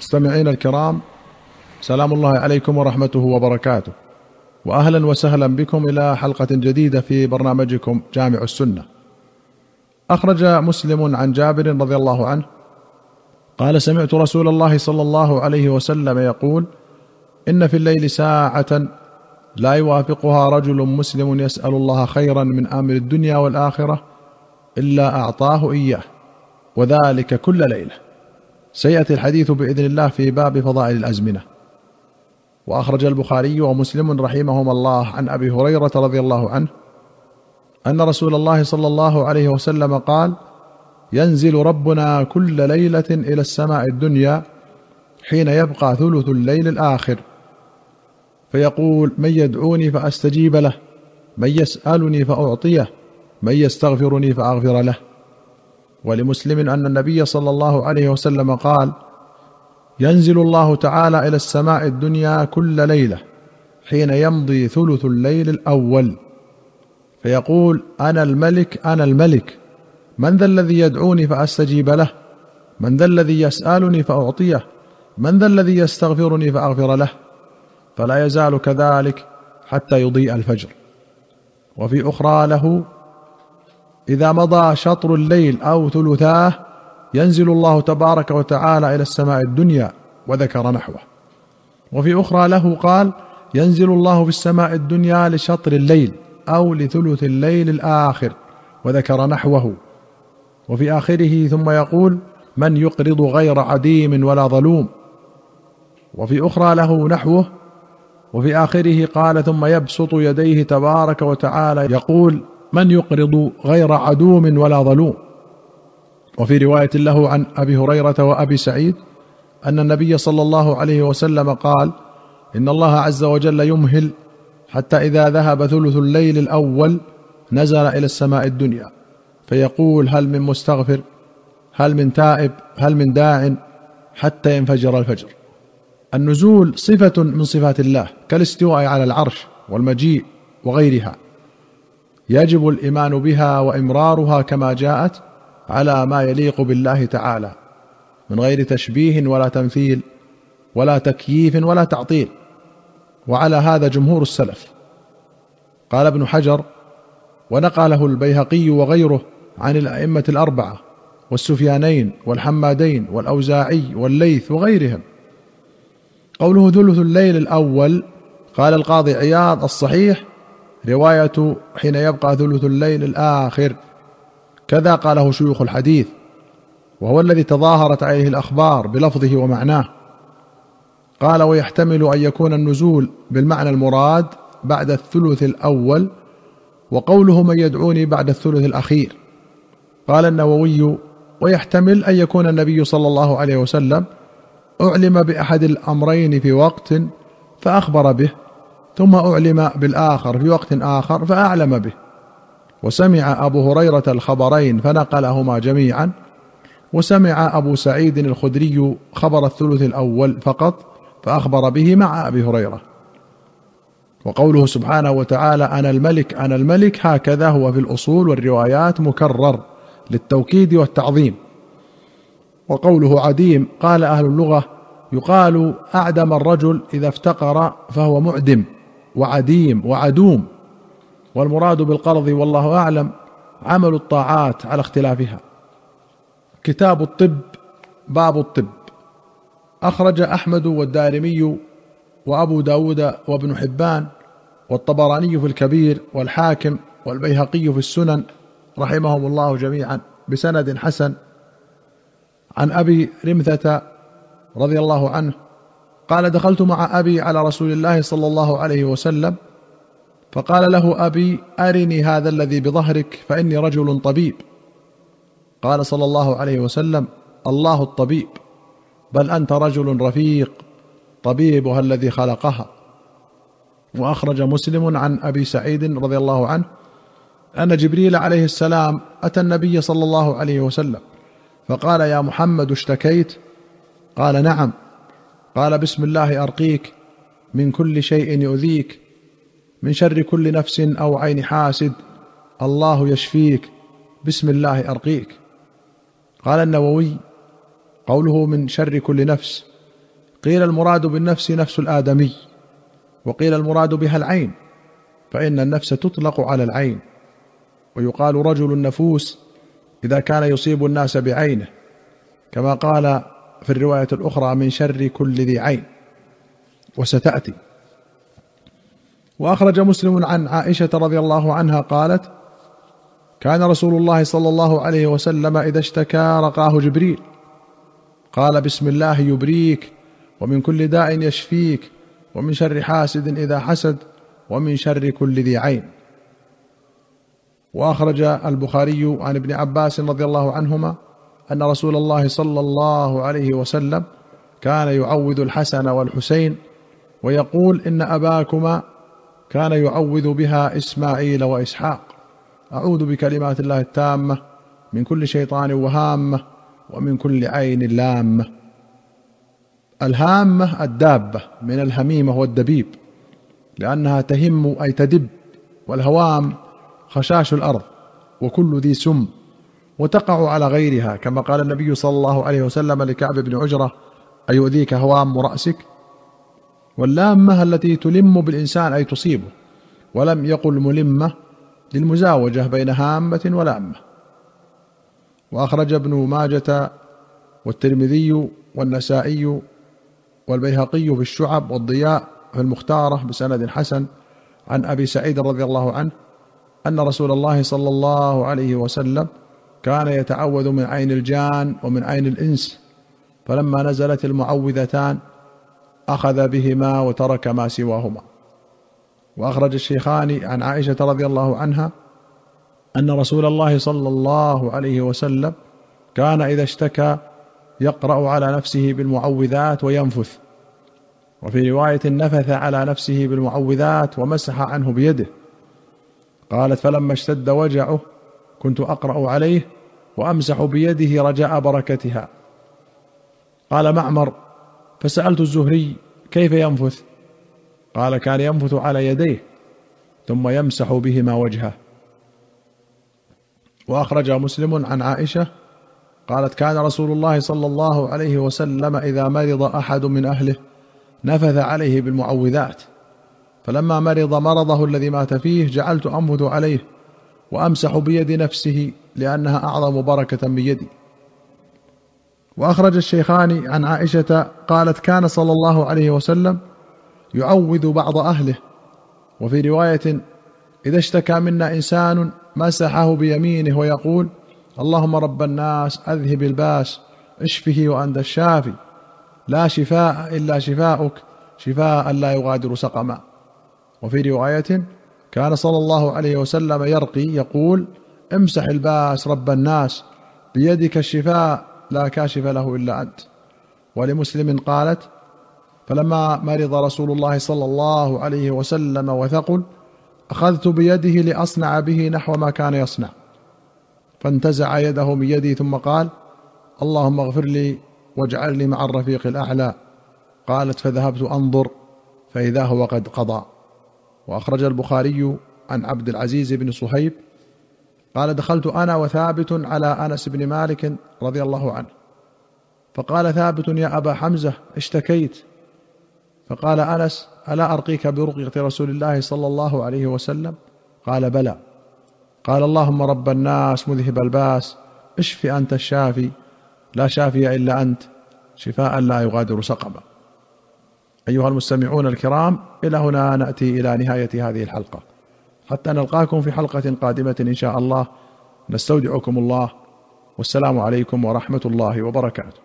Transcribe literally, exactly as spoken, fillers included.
مستمعين الكرام، سلام الله عليكم ورحمته وبركاته، وأهلا وسهلا بكم إلى حلقة جديدة في برنامجكم جامع السنة. أخرج مسلم عن جابر رضي الله عنه قال: سمعت رسول الله صلى الله عليه وسلم يقول: إن في الليل ساعة لا يوافقها رجل مسلم يسأل الله خيرا من أمر الدنيا والآخرة إلا أعطاه إياه، وذلك كل ليلة. سيأتي الحديث بإذن الله في باب فضائل الأزمنة. وأخرج البخاري ومسلم رحمهما الله عن أبي هريرة رضي الله عنه أن رسول الله صلى الله عليه وسلم قال: ينزل ربنا كل ليلة إلى السماء الدنيا حين يبقى ثلث الليل الآخر، فيقول: من يدعوني فأستجيب له، من يسألني فأعطيه، من يستغفرني فأغفر له. ولمسلم أن النبي صلى الله عليه وسلم قال: ينزل الله تعالى إلى السماء الدنيا كل ليلة حين يمضي ثلث الليل الأول، فيقول: أنا الملك أنا الملك، من ذا الذي يدعوني فأستجيب له، من ذا الذي يسألني فأعطيه، من ذا الذي يستغفرني فأغفر له، فلا يزال كذلك حتى يضيء الفجر. وفي أخرى له: إذا مضى شطر الليل أو ثلثاه ينزل الله تبارك وتعالى إلى السماء الدنيا، وذكر نحوه. وفي أخرى له قال: ينزل الله في السماء الدنيا لشطر الليل أو لثلث الليل الآخر، وذكر نحوه. وفي آخره ثم يقول: من يقرض غير عديم ولا ظلوم. وفي أخرى له نحوه. وفي آخره قال: ثم يبسط يديه تبارك وتعالى يقول: من يقرض غير عدوم ولا ظلوم. وفي رواية له عن أبي هريرة وأبي سعيد أن النبي صلى الله عليه وسلم قال: إن الله عز وجل يمهل حتى إذا ذهب ثلث الليل الأول نزل إلى السماء الدنيا، فيقول: هل من مستغفر، هل من تائب، هل من داع، حتى ينفجر الفجر. النزول صفة من صفات الله كالاستواء على العرش والمجيء وغيرها، يجب الإيمان بها وإمرارها كما جاءت على ما يليق بالله تعالى من غير تشبيه ولا تمثيل ولا تكييف ولا تعطيل، وعلى هذا جمهور السلف. قال ابن حجر: ونقله البيهقي وغيره عن الأئمة الأربعة والسفيانين والحمادين والأوزاعي والليث وغيرهم. قوله ثلث الليل الأول، قال القاضي عياض: الصحيح رواية حين يبقى ثلث الليل الآخر، كذا قاله شيوخ الحديث، وهو الذي تظاهرت عليه الأخبار بلفظه ومعناه. قال: ويحتمل أن يكون النزول بالمعنى المراد بعد الثلث الأول، وقوله من يدعوني بعد الثلث الأخير. قال النووي: ويحتمل أن يكون النبي صلى الله عليه وسلم أعلم بأحد الأمرين في وقت فأخبر به، ثم أعلم بالآخر في وقت آخر فأعلم به، وسمع أبو هريرة الخبرين فنقلهما جميعا، وسمع أبو سعيد الخدري خبر الثلث الأول فقط فأخبر به مع أبي هريرة. وقوله سبحانه وتعالى: أنا الملك أنا الملك، هكذا هو في الأصول والروايات مكرر للتوكيد والتعظيم. وقوله عديم، قال أهل اللغة: يقال أعدم الرجل إذا افتقر فهو معدم، وعديم وعدوم، والمراد بالقرض والله أعلم عمل الطاعات على اختلافها. كتاب الطب، باب الطب. أخرج أحمد والدارمي وأبو داود وابن حبان والطبراني في الكبير والحاكم والبيهقي في السنن رحمهم الله جميعا بسند حسن عن أبي رمثة رضي الله عنه قال: دخلت مع أبي على رسول الله صلى الله عليه وسلم، فقال له أبي: أرني هذا الذي بظهرك فإني رجل طبيب. قال صلى الله عليه وسلم: الله الطبيب، بل أنت رجل رفيق، طبيبها الذي خلقها. وأخرج مسلم عن أبي سعيد رضي الله عنه أن جبريل عليه السلام أتى النبي صلى الله عليه وسلم فقال: يا محمد، اشتكيت؟ قال: نعم. قال: بسم الله أرقيك من كل شيء يؤذيك، من شر كل نفس أو عين حاسد، الله يشفيك، بسم الله أرقيك. قال النووي: قوله من شر كل نفس قيل المراد بالنفس نفس الآدمي، وقيل المراد بها العين، فإن النفس تطلق على العين، ويقال رجل النفوس إذا كان يصيب الناس بعينه، كما قال في الرواية الأخرى من شر كل ذي عين، وستأتي. وأخرج مسلم عن عائشة رضي الله عنها قالت: كان رسول الله صلى الله عليه وسلم إذا اشتكى رقاه جبريل، قال: بسم الله يبريك، ومن كل داء يشفيك، ومن شر حاسد إذا حسد، ومن شر كل ذي عين. وأخرج البخاري عن ابن عباس رضي الله عنهما أن رسول الله صلى الله عليه وسلم كان يعوذ الحسن والحسين ويقول: إن أباكما كان يعوذ بها إسماعيل وإسحاق، أعوذ بكلمات الله التامة من كل شيطان وهامة، ومن كل عين لامة. الهامة الدابة من الهميمة والدبيب، لأنها تهم أي تدب، والهوام خشاش الأرض وكل ذي سم، وتقع على غيرها، كما قال النبي صلى الله عليه وسلم لكعب بن عجرة: أيؤذيك هوام رأسك؟ واللامة التي تلم بالإنسان أي تصيبه، ولم يقل ملمة للمزاوجة بين هامة ولامة. وأخرج ابن ماجة والترمذي والنسائي والبيهقي في الشعب والضياء في المختارة بسند حسن عن أبي سعيد رضي الله عنه أن رسول الله صلى الله عليه وسلم كان يتعوذ من عين الجان ومن عين الإنس، فلما نزلت المعوذتان أخذ بهما وترك ما سواهما. وأخرج الشيخان عن عائشة رضي الله عنها أن رسول الله صلى الله عليه وسلم كان إذا اشتكى يقرأ على نفسه بالمعوذات وينفث، وفي رواية نفث على نفسه بالمعوذات ومسح عنه بيده. قالت: فلما اشتد وجعه كنت أقرأ عليه وأمسح بيده رجاء بركتها. قال معمر: فسألت الزهري: كيف ينفث؟ قال: كان ينفث على يديه ثم يمسح بهما وجهه. وأخرج مسلم عن عائشة قالت: كان رسول الله صلى الله عليه وسلم إذا مرض أحد من أهله نفث عليه بالمعوذات، فلما مرض مرضه الذي مات فيه جعلت أنفث عليه وأمسح بيد نفسه لأنها أعظم بركة من يدي. وأخرج الشيخان عن عائشة قالت: كان صلى الله عليه وسلم يعوذ بعض أهله، وفي رواية: إذا اشتكى منا إنسان مسحه بيمينه ويقول: اللهم رب الناس أذهب الباس اشفه وأنت الشافي لا شفاء إلا شفاؤك شفاء لا يغادر سقما. وفي رواية: كان صلى الله عليه وسلم يرقي يقول: امسح الباس رب الناس بيدك الشفاء لا كاشف له إلا أنت. ولمسلم قالت: فلما مرض رسول الله صلى الله عليه وسلم وثقل أخذت بيده لأصنع به نحو ما كان يصنع، فانتزع يده من يدي ثم قال: اللهم اغفر لي واجعلني مع الرفيق الأعلى. قالت: فذهبت أنظر فإذا هو قد قضى. وأخرج البخاري عن عبد العزيز بن صهيب قال: دخلت أنا وثابت على أنس بن مالك رضي الله عنه، فقال ثابت: يا أبا حمزة اشتكيت؟ فقال أنس: ألا أرقيك برقية رسول الله صلى الله عليه وسلم؟ قال: بلى. قال: اللهم رب الناس مذهب الباس اشف أنت الشافي لا شافي إلا أنت شفاء لا يغادر سقما. أيها المستمعون الكرام، إلى هنا نأتي إلى نهاية هذه الحلقة، حتى نلقاكم في حلقة قادمة إن شاء الله. نستودعكم الله، والسلام عليكم ورحمة الله وبركاته.